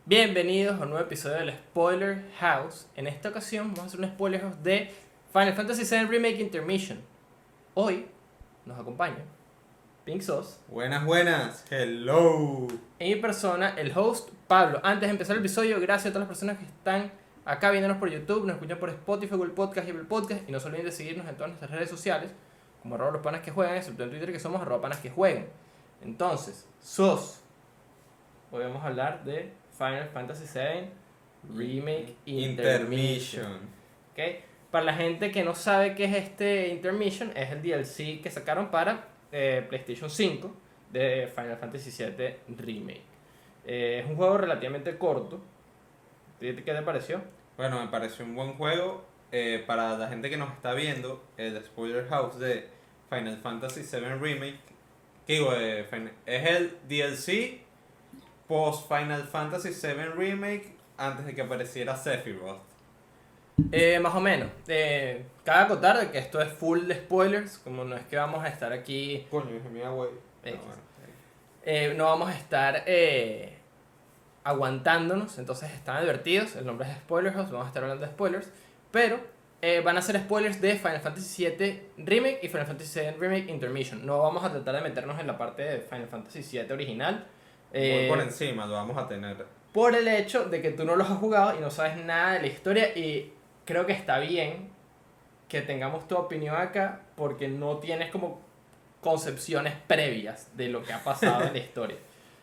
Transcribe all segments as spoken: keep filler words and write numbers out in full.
Bienvenidos a un nuevo episodio del Spoiler House. En esta ocasión vamos a hacer un Spoiler House de Final Fantasy siete Remake Intermission. Hoy nos acompaña Pink Sauce. Buenas, buenas. Hello. En mi persona, el host Pablo. Antes de empezar el episodio, gracias a todas las personas que están acá viéndonos por YouTube, nos escuchan por Spotify, Google Podcast y Apple Podcast. Y no se olviden de seguirnos en todas nuestras redes sociales, como arroba los panas que juegan, excepto en Twitter que somos arroba panas que juegan. Entonces, Sos, hoy vamos a hablar de Final Fantasy siete Remake Intermission. Intermission. ¿Okay? Para la gente que no sabe qué es este Intermission, es el D L C que sacaron para eh, PlayStation cinco de Final Fantasy siete Remake. Eh, es un juego relativamente corto. ¿Qué te pareció? Bueno, me pareció un buen juego. Eh, para la gente que nos está viendo, el Spoiler House de Final Fantasy siete Remake, que digo, eh, es el D L C post Final Fantasy siete Remake antes de que apareciera Sephiroth. Eh, más o menos. Eh, cabe acotar de que esto es full de spoilers, como no es que vamos a estar aquí. Coño, dije, mira, güey. Eh, eh, no vamos a estar eh, aguantándonos, entonces están advertidos. El nombre es Spoiler House, vamos a estar hablando de spoilers. Pero eh, van a ser spoilers de Final Fantasy siete Remake y Final Fantasy siete Remake Intermission. No vamos a tratar de meternos en la parte de Final Fantasy siete original. Eh, Muy por encima lo vamos a tener. Por el hecho de que tú no los has jugado y no sabes nada de la historia, y creo que está bien que tengamos tu opinión acá porque no tienes como concepciones previas de lo que ha pasado en la historia.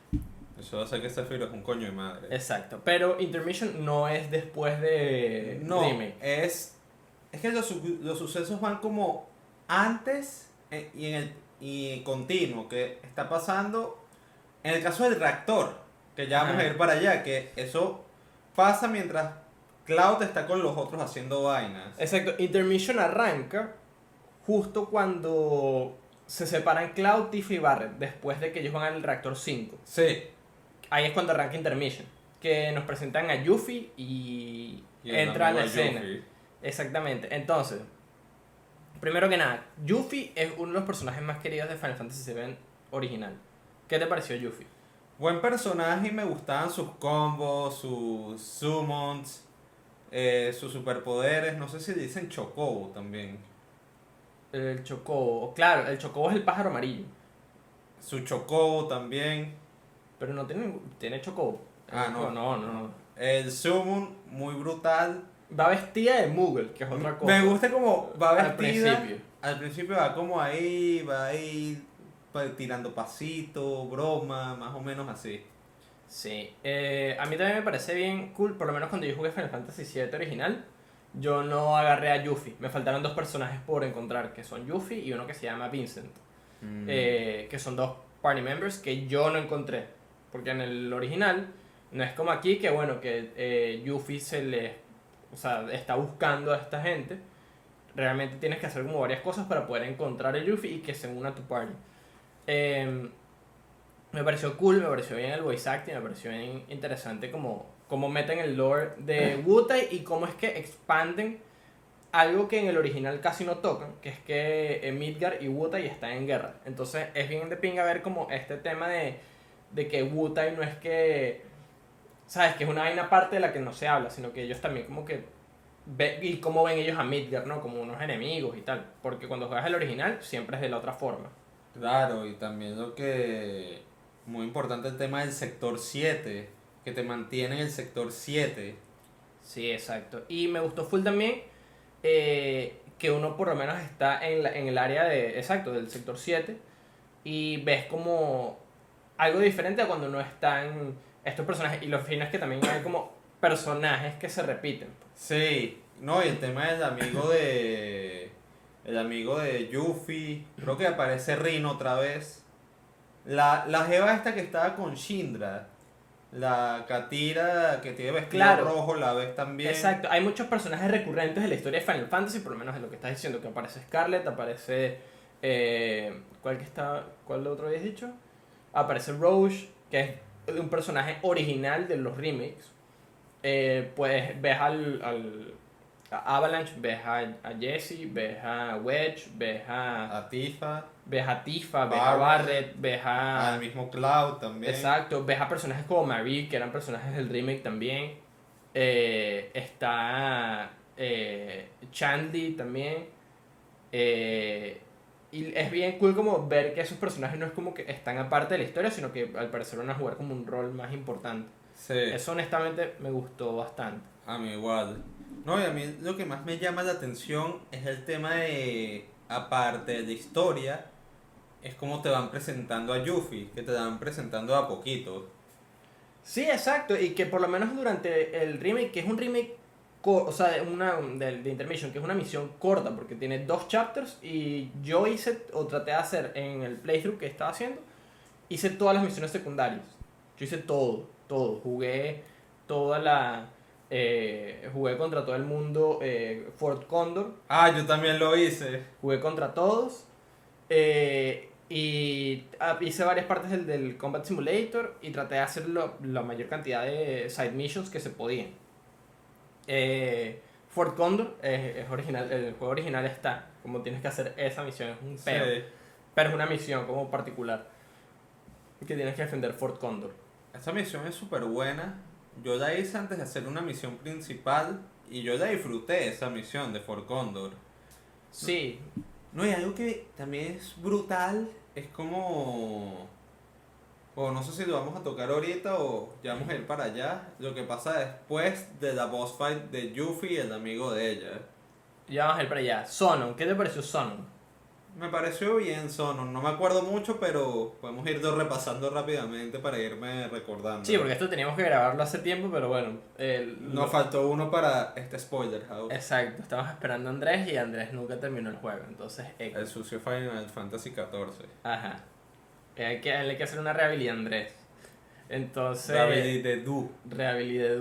Eso hace que Sephiroth es un coño de madre. Exacto, pero Intermission no es después de No, Remake. es, es que los, su- los sucesos van como antes eh, y en el y continuo que está pasando. En el caso del reactor, que ya vamos Ajá. a ir para allá, que eso pasa mientras Cloud está con los otros haciendo vainas. Exacto, Intermission arranca justo cuando se separan Cloud, Tifa y Barret, después de que ellos van al reactor cinco. Sí. Ahí es cuando arranca Intermission, que nos presentan a Yuffie y, Y el entra a la amigo escena. Yuffie. Exactamente, entonces, primero que nada, Yuffie es uno de los personajes más queridos de Final Fantasy siete original. ¿Qué te pareció Yuffie? Buen personaje y me gustaban sus combos, sus summons, eh, sus superpoderes. No sé si dicen Chocobo también. El Chocobo, claro, el Chocobo es el pájaro amarillo, Su Chocobo también. pero no tiene, tiene Chocobo. Ah, no. No, no, no. El summon, muy brutal. Va vestida de Moogle, que es otra cosa. Me gusta como va Al vestida. principio. Al principio va como ahí, va ahí pa- tirando pasitos, broma, más o menos así. Sí, eh, a mí también me parece bien cool, por lo menos cuando yo jugué Final Fantasy siete original, yo no agarré a Yuffie, me faltaron dos personajes por encontrar, que son Yuffie y uno que se llama Vincent, Mm. eh, que son dos party members que yo no encontré, porque en el original no es como aquí que bueno, que eh, Yuffie se le, o sea, está buscando a esta gente, realmente tienes que hacer como varias cosas para poder encontrar a Yuffie y que se una a tu party. Eh, me pareció cool, me pareció bien el voice acting, me pareció bien interesante como, como meten el lore de Wutai y cómo es que expanden algo que en el original casi no tocan, que es que eh, Midgar y Wutai están en guerra. Entonces es bien de pinga ver como este tema de, de que Wutai no es que, sabes, que es una vaina aparte de la que no se habla, sino que ellos también como que, ve, y cómo ven ellos a Midgar, ¿no? Como unos enemigos y tal. Porque cuando juegas el original siempre es de la otra forma. Claro, y también lo que... Muy importante el tema del sector siete, que te mantiene en el sector siete. Sí, exacto. Y me gustó full también eh, que uno por lo menos está en, la- en el área de, exacto, del sector siete y ves como algo diferente a cuando no están estos personajes. Y lo fino es que también hay como personajes que se repiten. Sí, no, y el tema del amigo de... El amigo de Yuffie, creo que aparece Rino otra vez. La, la jeva esta que estaba con Shindra, la Katira que tiene vestido Claro. rojo, la ves también. Exacto, hay muchos personajes recurrentes de la historia de Final Fantasy, por lo menos de lo que estás diciendo, que aparece Scarlet, aparece... Eh, ¿Cuál que está? ¿Cuál otro habías dicho? Aparece Roche, que es un personaje original de los remakes. Eh, pues ves al, al a Avalanche, ves a, a Jesse, ves a Wedge, ves a, A Tifa. ves a Tifa, ves a Barret, Barret, ves a... Al mismo Cloud también. Exacto, ves a personajes como Marie, que eran personajes del remake también. Eh, está eh, Chandy también. Eh, y es bien cool como ver que esos personajes no es como que están aparte de la historia, sino que al parecer van a jugar como un rol más importante. Sí. Eso honestamente me gustó bastante. A mí igual. No, y a mí lo que más me llama la atención es el tema de, aparte de historia, es cómo te van presentando a Yuffie, que te van presentando a poquito. Sí, exacto, y que por lo menos durante el remake, que es un remake, co- o sea, una, de, de Intermission, que es una misión corta, porque tiene dos chapters, y yo hice, o traté de hacer en el playthrough que estaba haciendo, hice todas las misiones secundarias. Yo hice todo, todo, jugué toda la... eh, jugué contra todo el mundo, eh, Fort Condor, Ah, yo también lo hice. jugué contra todos. eh, y ah, hice varias partes del, del Combat Simulator y traté de hacer lo- la mayor cantidad de side missions que se podían. Eh, Fort Condor es, es original, el juego original está, como tienes que hacer esa misión, es un peo. Sí. Pero es una misión como particular que tienes que defender Fort Condor. Esta misión es súper buena. Yo la hice antes de hacer una misión principal y yo la disfruté esa misión de Fort Condor. Sí, No, y algo que también es brutal es como... O no sé si lo vamos a tocar ahorita o ya vamos a ir para allá. Lo que pasa después de la boss fight de Yuffie y el amigo de ella. ya vamos a ir para allá. Sonon, ¿qué te pareció Sonon? Me pareció bien Sonon, no me acuerdo mucho, pero podemos irlo repasando rápidamente para irme recordando. Sí, porque esto teníamos que grabarlo hace tiempo, pero bueno. el- Nos faltó uno para este spoiler house. Exacto, estamos esperando a Andrés y Andrés nunca terminó el juego, entonces... eh, El sucio Final Fantasy catorce. Ajá. Eh, Hay que, hay que hacer una rehabilidad, Andrés. Entonces... David de Du. Rehabilidad.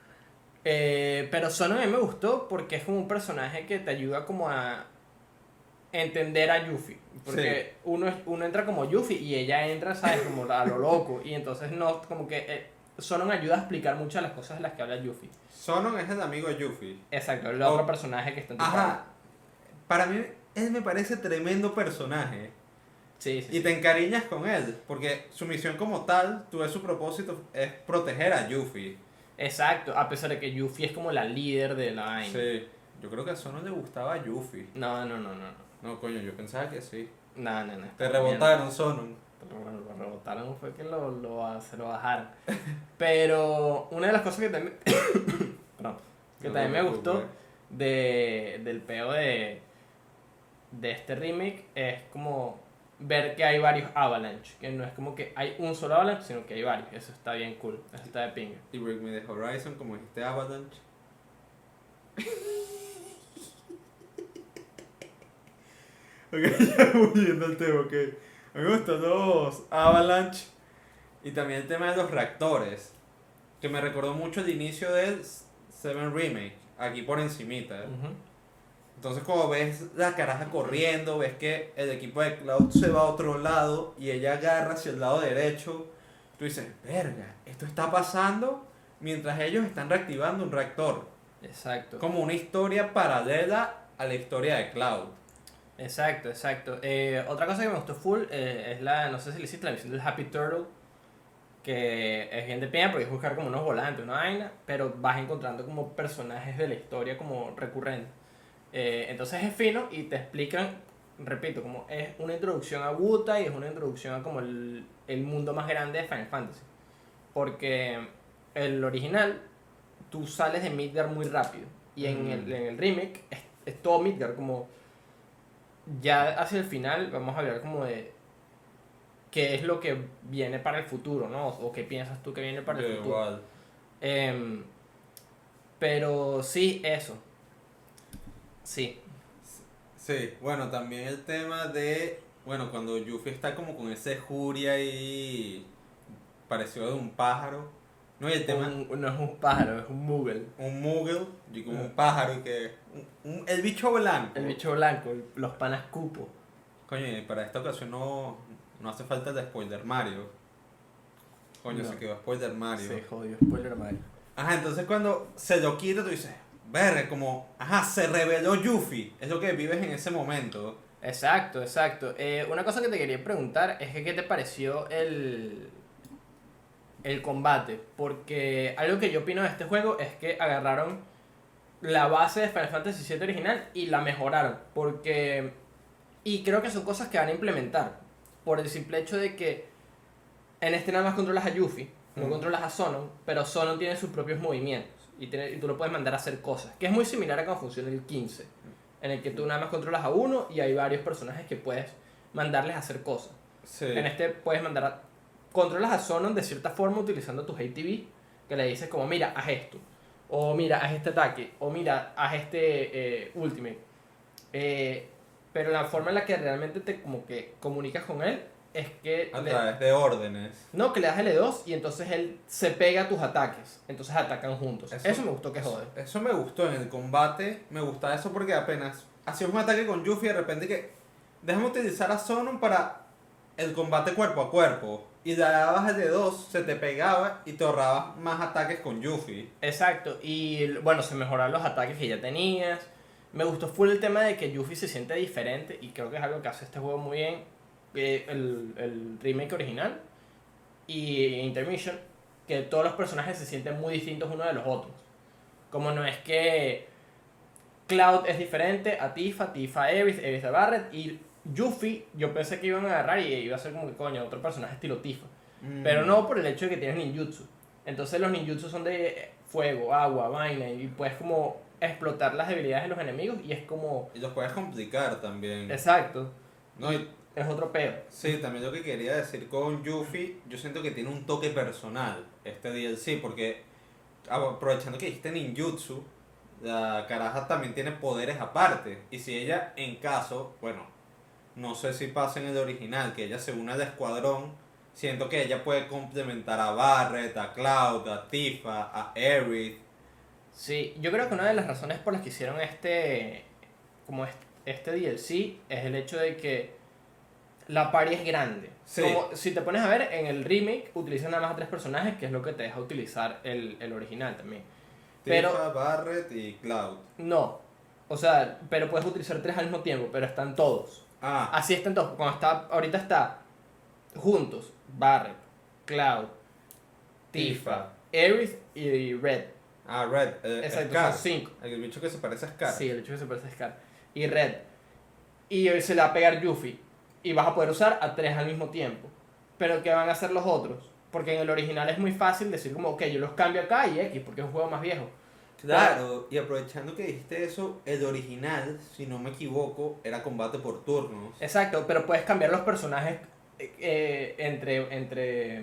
Eh, pero Sono a mí me gustó porque es como un personaje que te ayuda como a entender a Yuffie. Porque uno, es- uno entra como Yuffie y ella entra, ¿sabes? Como a lo loco. Y entonces no, como que... Eh, Sono ayuda a explicar muchas de las cosas de las que habla Yuffie. Sonon es el amigo de Yuffie. Exacto, el Oh. otro personaje que está en tu Ajá. Para mí, él me parece tremendo personaje. Sí, sí, Y sí. te encariñas con él. Porque su misión como tal, tú ves su propósito, es proteger a Yuffie. Exacto, a pesar de que Yuffie es como la líder de la vaina. Sí. Yo creo que a Sonon le gustaba a Yuffie. No, no, no, no. No, coño, yo pensaba que sí. No, no, no. Te está rebotaron, Sonon. bien. Lo, lo rebotaron fue que lo, lo, se lo bajaron. Pero una de las cosas que también, perdón, que No también te me gustó preocupes. de, del peo de, de este remake es como ver que hay varios Avalanche. Que no es como que hay un solo Avalanche, sino que hay varios. Eso está bien cool. Eso está de pinga. Y Break Me the Horizon, como dijiste, Avalanche. Ok, ya volviendo al tema, ok. A mí me gustan los Avalanche y también el tema de los reactores, que me recordó mucho el inicio del Seven Remake, aquí por encimita. Ujú. Entonces como ves la caraja corriendo, ves que el equipo de Cloud se va a otro lado y ella agarra hacia el lado derecho, tú dices, verga, esto está pasando mientras ellos están reactivando un reactor. Exacto. Como una historia paralela a la historia de Cloud. Exacto, exacto. Eh, otra cosa que me gustó full eh, es la, no sé si le hiciste la misión del Happy Turtle, que es bien de pena porque es buscar como unos volantes, una vaina, pero vas encontrando como personajes de la historia como recurrentes. Eh, entonces es fino y te explican, repito, como es una introducción a Wuta y es una introducción a como el, el mundo más grande de Final Fantasy. Porque el original, tú sales de Midgar muy rápido y en, Mm. el, en el remake es, es todo Midgar, como ya hacia el final vamos a hablar como de qué es lo que viene para el futuro, ¿no? O qué piensas tú que viene para el Yo futuro. igual. Em, pero sí, eso. Sí. Sí, bueno, también el tema de, bueno, cuando Yuffie está como con ese Juri ahí parecido de un pájaro, no, y el tema, un, Un- no es un pájaro, es un Moogle. Moogle, y como un pájaro, y que, un, un- el bicho blanco. El bicho blanco, el- los panas cupo. Coño, y para esta ocasión no, no hace falta el de spoiler Mario. Coño, No. se quedó spoiler Mario. Se jodió, spoiler Mario. Ajá, entonces cuando se lo quita, tú dices, verga, como, ajá, se reveló Yuffie. Es lo que vives en ese momento. Exacto, exacto. Eh, una cosa que te quería preguntar es que qué te pareció el, el combate. Porque algo que yo opino de este juego es que agarraron la base de Final Fantasy siete original y la mejoraron. Porque... Y creo que son cosas que van a implementar. Por el simple hecho de que en este nada más controlas a Yuffie, no Mm. controlas a Sonon, pero Sonon tiene sus propios movimientos. Y, tiene- y tú lo puedes mandar a hacer cosas. Que es muy similar a cómo funciona el quince. En el que tú nada más controlas a uno y hay varios personajes que puedes mandarles a hacer cosas. Sí. En este puedes mandar a... Controlas a Sonon de cierta forma utilizando tus A T V, que le dices como, mira, haz esto. O mira, haz este ataque. O mira, haz este eh, ultimate. Eh, pero la forma en la que realmente te como que comunicas con él es que... A le- través de órdenes. no, que le das L dos y entonces él se pega a tus ataques. Entonces atacan juntos. Eso, Eso- me gustó que jode. Eso me gustó en el combate, me gustaba eso porque apenas hacías un ataque con Yuffie de repente que déjame utilizar a Sonon para el combate cuerpo a cuerpo y le dabas el de dos, se te pegaba y te ahorrabas más ataques con Yuffie. Exacto, y bueno, se mejoraron los ataques que ya tenías. Me gustó full el tema de que Yuffie se siente diferente y creo que es algo que hace este juego muy bien. eh, el, el remake original y Intermission, que todos los personajes se sienten muy distintos unos de los otros. Como no es que Cloud es diferente a Tifa, Tifa a Aerith, Aerith a Barret y Yuffie, yo pensé que iban a agarrar y iba a ser como que coño, otro personaje estilo Tifa. Mm. Pero no por el hecho de que tienes ninjutsu. Entonces los ninjutsu son de fuego, agua, vaina y puedes como explotar las debilidades de los enemigos y es como... Y los puedes complicar también. Exacto, No, y- es otro peo. sí, también lo que quería decir con Yuffie, yo siento que tiene un toque personal este D L C porque aprovechando que dijiste ninjutsu, la caraja también tiene poderes aparte. Y si ella, en caso, bueno, no sé si pasa en el original, que ella se une al escuadrón, siento que ella puede complementar a Barret, a Cloud, a Tifa, a Aerith. Sí, yo creo que una de las razones por las que hicieron este como est- este D L C es el hecho de que la party es grande. Sí. Como si te pones a ver en el remake utilizan nada más a tres personajes, que es lo que te deja utilizar el, el original también. Pero- Tifa, Barret y Cloud. No, o sea, pero puedes utilizar tres al mismo tiempo, pero están todos. Ah, Así están todos. Cuando está, ahorita está juntos Barret, Cloud, Tifa, Aerith y Red. ah Red, eh, Exacto, Scar. son cinco. El bicho que se parece a Scar. Sí, el hecho que se parece a Scar. Y Red. Y se le va a pegar Yuffie. Y vas a poder usar a tres al mismo tiempo. Pero ¿qué van a hacer los otros? Porque en el original es muy fácil decir como, ok, yo los cambio acá y X, porque es un juego más viejo. Claro, y aprovechando que dijiste eso, el original, si no me equivoco, era combate por turnos. Exacto, pero puedes cambiar los personajes eh, eh, entre... entre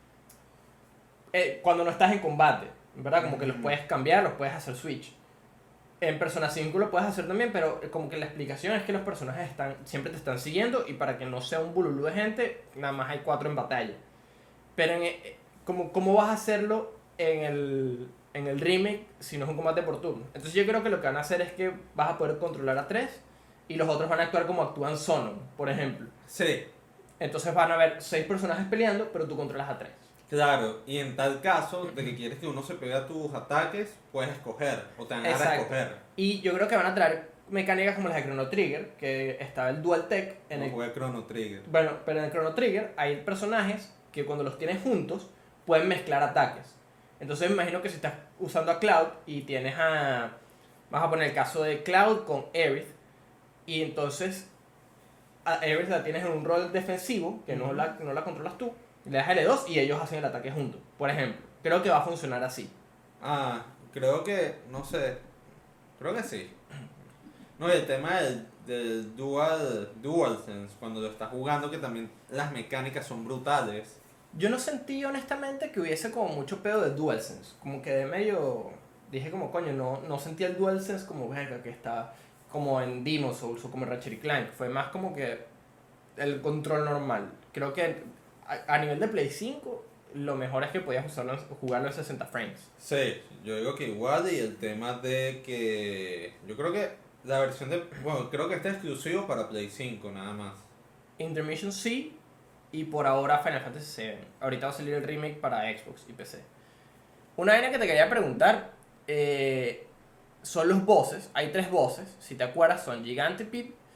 eh, cuando no estás en combate, ¿verdad? Como que los Ujú. puedes cambiar, los puedes hacer switch. En Persona cinco lo puedes hacer también, pero como que la explicación es que los personajes están siempre te están siguiendo y para que no sea un bululú de gente, nada más hay cuatro en batalla. Pero en, eh, ¿cómo, cómo vas a hacerlo en el, en el remake si no es un combate por turno? Entonces yo creo que lo que van a hacer es que vas a poder controlar a tres y los otros van a actuar como actúan Sonon, por ejemplo. Sí, Entonces van a haber seis personajes peleando, pero tú controlas a tres. claro, y en tal caso de que quieres que uno se pegue a tus ataques, puedes escoger, o te van a dar a Exacto. escoger. Y yo creo que van a traer mecánicas como las de Chrono Trigger, que estaba el Dual Tech en No el... jugué Chrono Trigger. Bueno, pero en el Chrono Trigger hay personajes que cuando los tienes juntos pueden mezclar ataques. Entonces me imagino que si estás usando a Cloud y tienes a... Vas a poner el caso de Cloud con Aerith y entonces a Aerith la tienes en un rol defensivo que no Ujú. la, no la controlas tú. Le das L dos y ellos hacen el ataque juntos, por ejemplo. Creo que va a funcionar así. Ah, creo que, no sé, creo que sí. No, y el tema del, del dual, DualSense, cuando lo estás jugando, que también las mecánicas son brutales. Yo no sentí honestamente que hubiese como mucho pedo de DualSense. Como que de medio... Dije como coño, no, no sentí el DualSense como verga que está como en Demon's Souls o como en Ratchet y Clank. Fue más como que el control normal. Creo que a, a nivel de Play cinco lo mejor es que podías usarlo, jugarlo en sesenta frames. Sí, yo digo que igual y el tema de que yo creo que la versión de, bueno, creo que está exclusivo para Play cinco nada más. Intermission sí y por ahora Final Fantasy siete. Ahorita va a salir el remake para Xbox y P C. Una vaina que te quería preguntar eh, son los bosses. Hay tres bosses, si te acuerdas, son Gigantipede,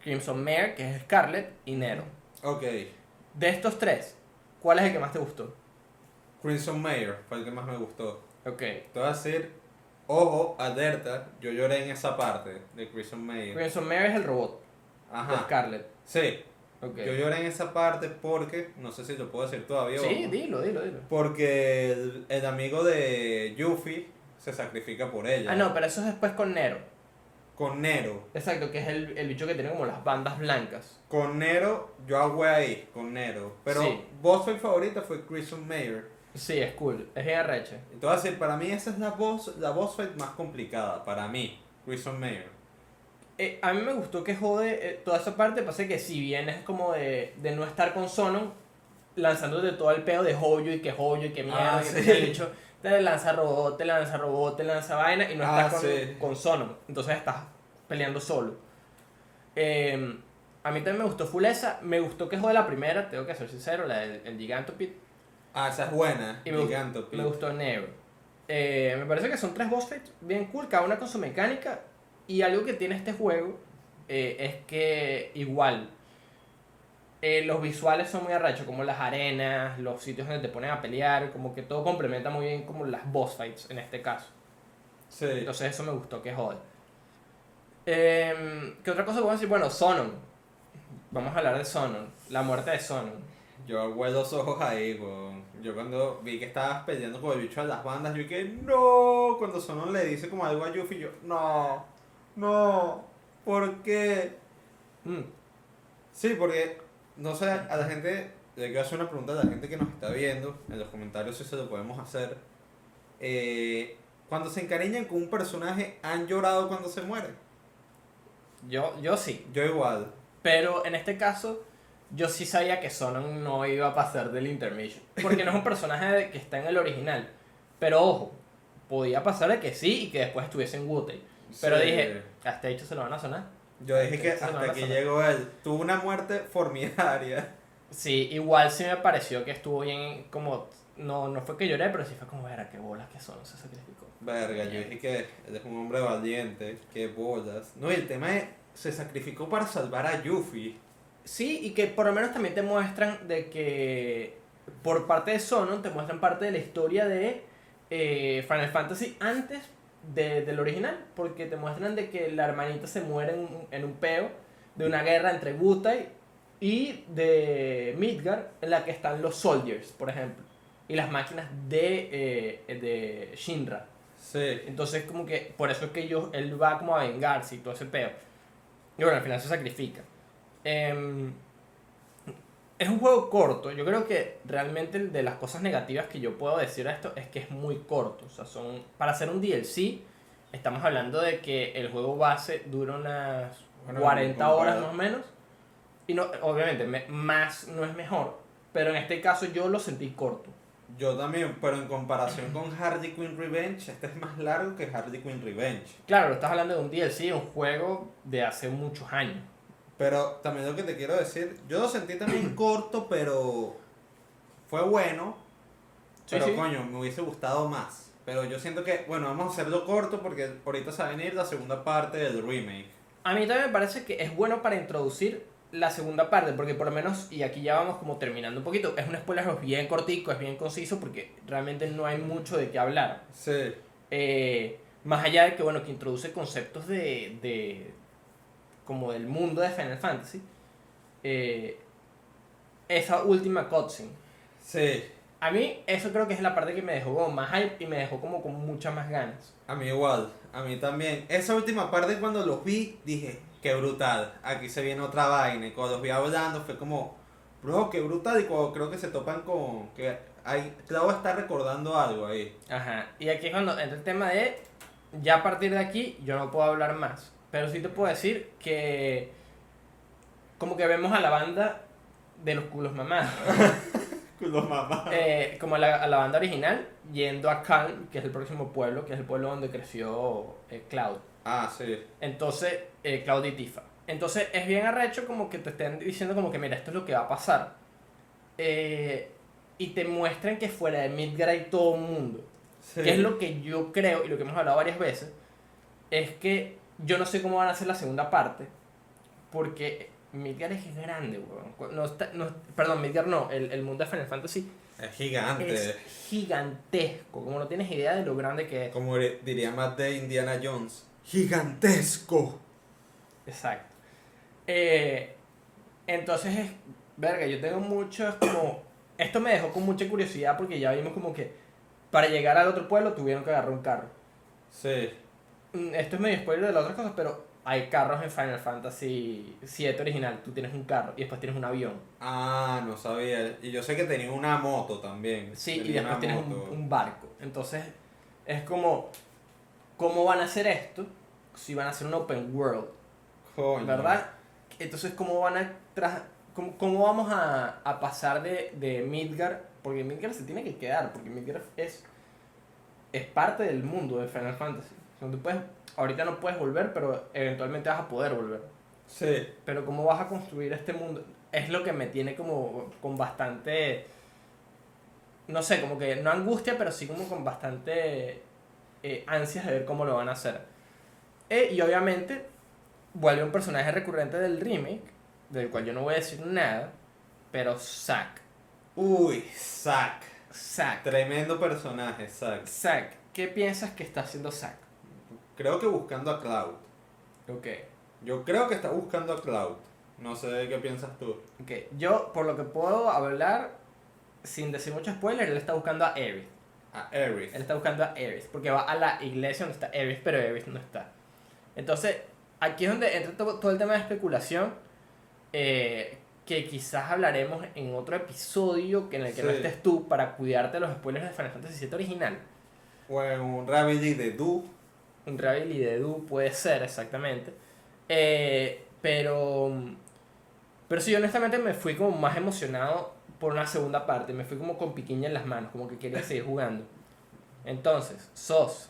Crimson Mare, que es Scarlet, y Nero. Ok. De estos tres, ¿cuál es el que más te gustó? Crimson Mayer fue el que más me gustó. Ok. Te voy a decir, ojo, alerta, yo lloré en esa parte de Crimson Mayer. Crimson Mare es el robot de Ajá. Scarlet. Sí, Ok. yo lloré en esa parte porque, no sé si lo puedo decir todavía. Sí, ojo, dilo, dilo, dilo. porque el, el amigo de Yuffie se sacrifica por ella. Ah, no, pero eso es después con Nero. Con Nero. Exacto, que es el, el bicho que tiene como las bandas blancas. Con Nero, yo agüé ahí, con Nero. Pero Sí. voz mi favorita fue Crimson Mayer. Sí, es cool, es bien arrecha. Y te voy a decir, para mí esa es la voz, la boss fight más complicada, para mí, Crimson Mayer. Eh, a mí me gustó que jode eh, toda esa parte, pasa que si bien es como de, de no estar con Sonon, lanzándote todo el peo de Hoyo y que Hoyo y que mierda, Ah, que sí. el bicho te lanza robot, te lanza robot, te lanza vaina y no Ah, estás con, sí. con Sonon, entonces estás peleando solo. Eh, a mí también me gustó full esa, me gustó que jode la primera, tengo que ser sincero, la del el Gigantopid, Ah, esa es buena, y me, gustó- Gigantopid. me gustó Nero. Eh, me parece que son tres boss fights bien cool, cada una con su mecánica. Y algo que tiene este juego eh, es que igual eh, los visuales son muy arrechos, como las arenas, los sitios donde te ponen a pelear, como que todo complementa muy bien como las boss fights en este caso. Sí. Entonces eso me gustó que jode. Eh, ¿Qué otra cosa puedo decir? Bueno, Sonon. Vamos a hablar de Sonon, la muerte de Sonon. Yo agüé los ojos ahí, weón. Yo cuando vi que estabas peleando con el bicho de las bandas, yo dije, no. Cuando Sonon le dice como algo a Yuffie, yo, no, no, ¿por qué? Mm. Sí, porque, no sé, a la gente, le quiero hacer una pregunta a la gente que nos está viendo, en los comentarios si se lo podemos hacer. Eh, cuando se encariñan con un personaje, ¿han llorado cuando se muere? Yo, yo sí. Yo igual. Pero en este caso, yo sí sabía que Sonon no iba a pasar del intermission. Porque no es un personaje de- que está en el original. Pero ojo, podía pasar de que sí y que después estuviese en Wu-Tang. Pero Sí. dije, a este hecho se lo van a sonar. Yo dije que Se lo van hasta a que sonar. llegó él, tuvo una muerte formidaria. Sí, igual sí me pareció que estuvo bien, como, no, no fue que lloré, pero sí fue como, verá, qué bolas que Sonon se sacrificó. Verga, yo dije que él es un hombre valiente, qué bolas. No, y el tema es, se sacrificó para salvar a Yuffie. Sí, y que por lo menos también te muestran de que por parte de Sonon te muestran parte de la historia de eh, Final Fantasy antes de, del original, porque te muestran de que la hermanita se muere en, un- en un peo de una guerra entre Wutai y de Midgar, en la que están los Soldiers, por ejemplo, y las máquinas de, eh, de Shinra. Sí. Entonces como que por eso es que ellos, él va como a vengarse y todo ese peo. Y bueno, al final se sacrifica. Em, es un juego corto. Yo creo que realmente de las cosas negativas que yo puedo decir a esto es que es muy corto. O sea, son, para hacer un D L C, estamos hablando de que el juego base dura unas Bueno, cuarenta comparado- horas más o menos. Y no, obviamente, me- más no es mejor. Pero en este caso yo lo sentí corto. Yo también, pero en comparación con Harley Quinn Revenge, este es más largo que Harley Quinn Revenge. Claro, estás hablando de un D L C, un juego de hace muchos años. Pero también lo que te quiero decir, yo lo sentí también corto, pero fue bueno. Sí, Pero sí. coño, me hubiese gustado más. Pero yo siento que, bueno, vamos a hacerlo corto porque ahorita se va a venir la segunda parte del remake. A mí también me parece que es bueno para introducir la segunda parte, porque por lo menos, y aquí ya vamos como terminando un poquito, es un spoiler bien cortico, es bien conciso, porque realmente no hay mucho de qué hablar. Sí. Eh, más allá de que, bueno, que introduce conceptos de, de como del mundo de Final Fantasy, eh, esa última cutscene. Sí. A mí eso creo que es la parte que me dejó como más hype y me dejó como con muchas más ganas. A mí igual, a mí también. Esa última parte cuando los vi, dije, qué brutal, aquí se viene otra vaina. Y cuando los vi hablando fue como, bro, qué brutal. Y cuando creo que se topan con, que hay, Clau está recordando algo ahí. Ajá, y aquí es cuando entra el tema de, ya a partir de aquí yo no puedo hablar más, pero sí te puedo decir que como que vemos a la banda de los culos mamados, Los mamás. eh, como a la, a la banda original, yendo a Kalm, que es el próximo pueblo, que es el pueblo donde creció eh, Cloud. Ah, sí. Entonces, eh, Cloud y Tifa. Entonces es bien arrecho como que te estén diciendo como que mira, esto es lo que va a pasar. Eh, y te muestran que fuera de Midgar hay todo un mundo. Sí. Que es lo que yo creo, y lo que hemos hablado varias veces, es que yo no sé cómo van a hacer la segunda parte, porque Midgar es grande, weón. No está, no, perdón, Midgar no, el, el mundo de Final Fantasy Es gigante. es gigantesco, como no tienes idea de lo grande que es. Como diría Matt de Indiana Jones. ¡Gigantesco! Exacto. Eh, entonces es, verga, yo tengo mucho, es como, esto me dejó con mucha curiosidad porque ya vimos como que para llegar al otro pueblo tuvieron que agarrar un carro. Sí. Mm, Esto es medio spoiler de las otras cosas, pero hay carros en Final Fantasy siete original. Tú tienes un carro y después tienes un avión. Ah, no sabía. Y yo sé que tenía una moto también. Sí, y Tenía después una tienes un, moto. un barco. Entonces, es como, ¿cómo van a hacer esto si van a hacer un open world? Coño. ¿Verdad? Entonces, ¿cómo van a tras, cómo, cómo vamos a, a pasar de, de Midgar? Porque Midgar se tiene que quedar, porque Midgar es, es parte del mundo de Final Fantasy. O sea, tú puedes, ahorita no puedes volver, pero eventualmente vas a poder volver. Sí. Pero ¿cómo vas a construir este mundo? Es lo que me tiene como con bastante, no sé, como que no angustia, pero sí como con bastante eh, ansias de ver cómo lo van a hacer. Eh, y obviamente vuelve un personaje recurrente del remake, del cual yo no voy a decir nada, pero Zack. Uy, Zack. Zack. Tremendo personaje, Zack. Zack, ¿qué piensas que está haciendo Zack? Creo que buscando a Cloud. Ok, Yo creo que está buscando a Cloud. No sé qué piensas tú. ok. Yo, por lo que puedo hablar, sin decir mucho spoiler, él está buscando a Aerith. A Aerith. Él está buscando a Aerith, porque va a la iglesia donde está Aerith, pero Aerith no está. Entonces, aquí es donde entra todo, todo el tema de especulación, eh, que quizás hablaremos en otro episodio que en el que no Sí. estés tú para cuidarte de los spoilers de Final Fantasy siete original. O en un Rabbit de Du. Un Ravel y de Du puede ser, exactamente. Eh, pero, pero sí, honestamente me fui como más emocionado por una segunda parte. Me fui como con piquiña en las manos, como que quería seguir jugando. Entonces, Sos.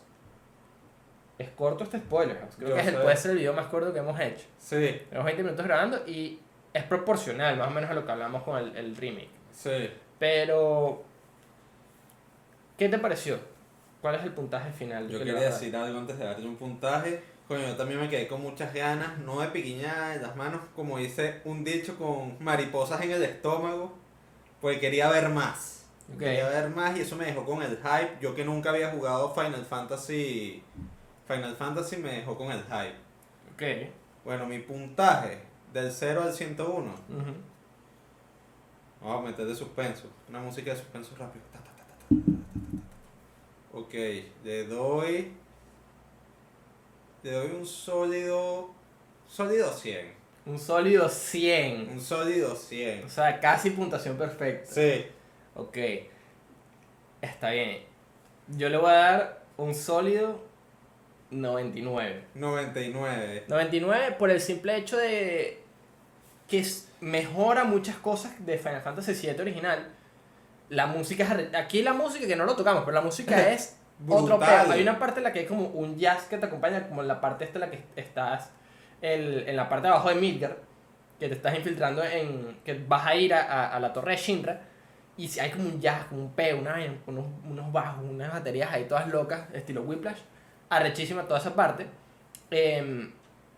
Es corto este spoiler, House. Creo Yo que es el, sé. puede ser el video más corto que hemos hecho. Sí, Tenemos veinte minutos grabando y es proporcional, más o menos a lo que hablamos con el, el remake. sí. Pero, ¿qué te pareció? ¿Cuál es el puntaje final? Yo que le quería vas a dar? decir algo antes de darte un puntaje. Coño, yo también me quedé con muchas ganas, no de piquiñar en las manos, como dice un dicho, con mariposas en el estómago, porque quería ver más. Ok. Quería ver más y eso me dejó con el hype. Yo que nunca había jugado Final Fantasy, Final Fantasy me dejó con el hype. Ok. Bueno, mi puntaje del cero al ciento uno. Ujú. Vamos a meter de suspenso. Una música de suspenso rápido. Ta, ta, ta, ta, ta, ta, ta, ta, ta. Ok, le doy. Le doy un sólido. Sólido cien. Un sólido cien. Un sólido cien. O sea, casi puntuación perfecta. Sí. Ok. Está bien. Yo le voy a dar un sólido noventa y nueve. noventa y nueve. noventa y nueve por el simple hecho de que es- mejora muchas cosas de Final Fantasy siete original. La música es arre- aquí la música que no lo tocamos, pero la música es otro Brutal. pedo. Hay una parte en la que hay como un jazz que te acompaña, como en la parte esta en la que estás el- en la parte de abajo de Midgar, que te estás infiltrando en que vas a ir a, a- a la torre de Shinra y si hay como un jazz, como un peo, una, vaina, unos, unos bajos, unas baterías ahí todas locas, estilo Whiplash, arrechísima toda esa parte. Em,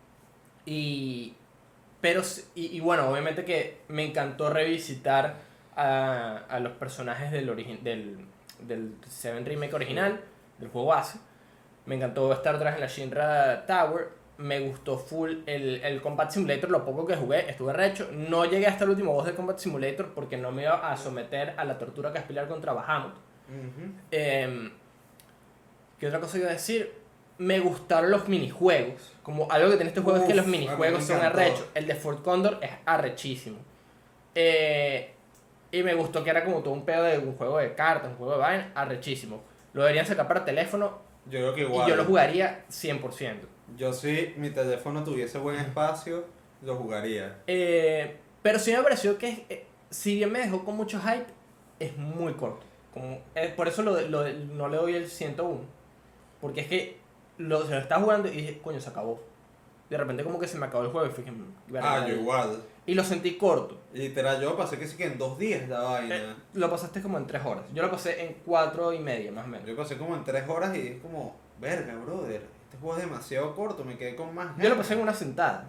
y pero s- y, y bueno, obviamente que me encantó revisitar a, a los personajes del, origi- del, del Seven Remake original, del juego base. Me encantó estar otra vez en la Shinra Tower. Me gustó full el, el Combat Simulator, lo poco que jugué, estuve recho. No llegué hasta el último boss de Combat Simulator porque no me iba a someter a la tortura que es pelear contra Bahamut. Ujú. Em, ¿Qué otra cosa iba a decir? Me gustaron los minijuegos. Como algo que tiene este juego es que Uf, los a mí minijuegos me son encantó. arrechos. El de Fort Condor es arrechísimo. Eh, y me gustó que era como todo un pedo de un juego de cartas, un juego de vaina, arrechísimo. Lo deberían sacar para teléfono Yo creo que igual. y yo lo jugaría cien por ciento. Yo si mi teléfono tuviese buen espacio, lo jugaría. Eh, pero sí me pareció que, eh, si bien me dejó con mucho hype, es muy corto. Como, eh, por eso lo, lo- no le doy el ciento uno. Porque es que lo, se lo estaba jugando y dije, coño, se acabó. De repente como que se me acabó el juego y fue que... Ah, yo igual. Y lo sentí corto. Literal, yo pasé que sí que en dos días la vaina. Eh, lo pasaste como en tres horas. Yo lo pasé en cuatro y media, más o menos. Yo pasé como en tres horas y es como, verga, brother, este juego es demasiado corto, me quedé con más Yo lo ganas". pasé en una sentada.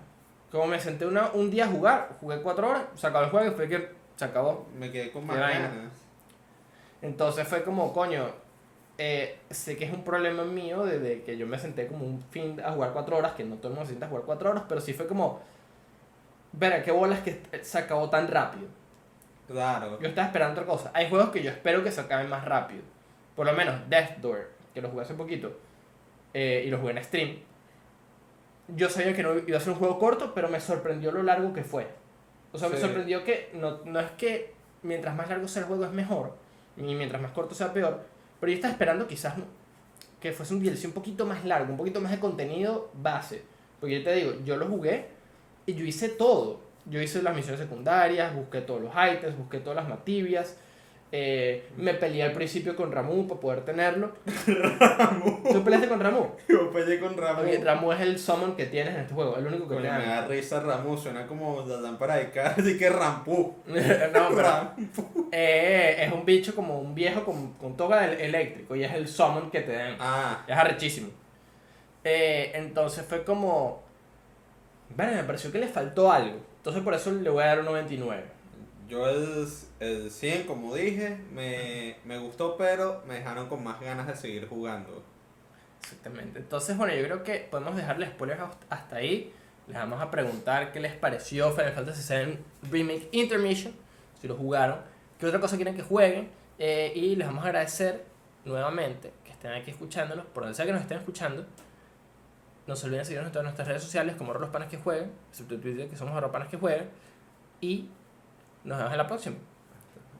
Como me senté una, un día a jugar, jugué cuatro horas, se acabó el juego y fue que se acabó. Me quedé con más Qué vaina. ganas. Entonces fue como, coño, eh, sé que es un problema mío desde que yo me senté como un fin a jugar cuatro horas, que no todo el mundo se sienta a jugar cuatro horas, pero sí fue como, verá, qué bolas que se acabó tan rápido. Claro. Yo estaba esperando otra cosa. Hay juegos que yo espero que se acaben más rápido. Por lo menos Death Door, que lo jugué hace poquito, eh, y lo jugué en stream. Yo sabía que no iba a ser un juego corto, pero me sorprendió lo largo que fue. O sea, me Sí. sorprendió que no, no es que mientras más largo sea el juego es mejor, y mientras más corto sea peor, pero yo estaba esperando quizás que fuese un D L C un poquito más largo, un poquito más de contenido base. Porque yo te digo, yo lo jugué y yo hice todo. Yo hice las misiones secundarias, busqué todos los ítems, busqué todas las mativias. Eh, me peleé al principio con Ramu para poder tenerlo. Ramu. ¿Tú peleaste con Ramu? Yo peleé con Ramu. Ok, Ramu es el summon que tienes en este juego, el único que Coño, te me da. da risa Ramu, suena como la lámpara de cara, así que Rampú. no, pero Rampú. eh, es un bicho como un viejo con, con toga el- eléctrico y es el summon que te dan. Ah, Es arrechísimo. Eh, entonces fue como... Bueno, me pareció que le faltó algo. Entonces por eso le voy a dar un noventa y nueve. yo el, el cien, como dije, me, me gustó, pero me dejaron con más ganas de seguir jugando. Exactamente. Entonces, bueno, yo creo que podemos dejarle spoilers hasta ahí. Les vamos a preguntar qué les pareció Final Fantasy siete Remake Intermission, si lo jugaron, qué otra cosa quieren que jueguen, eh, y les vamos a agradecer nuevamente que estén aquí escuchándonos, por donde sea que nos estén escuchando. No se olviden seguirnos en todas nuestras redes sociales como arroba los panas que jueguen, excepto Twitter que somos arroba panas que jueguen, y nos vemos en la próxima.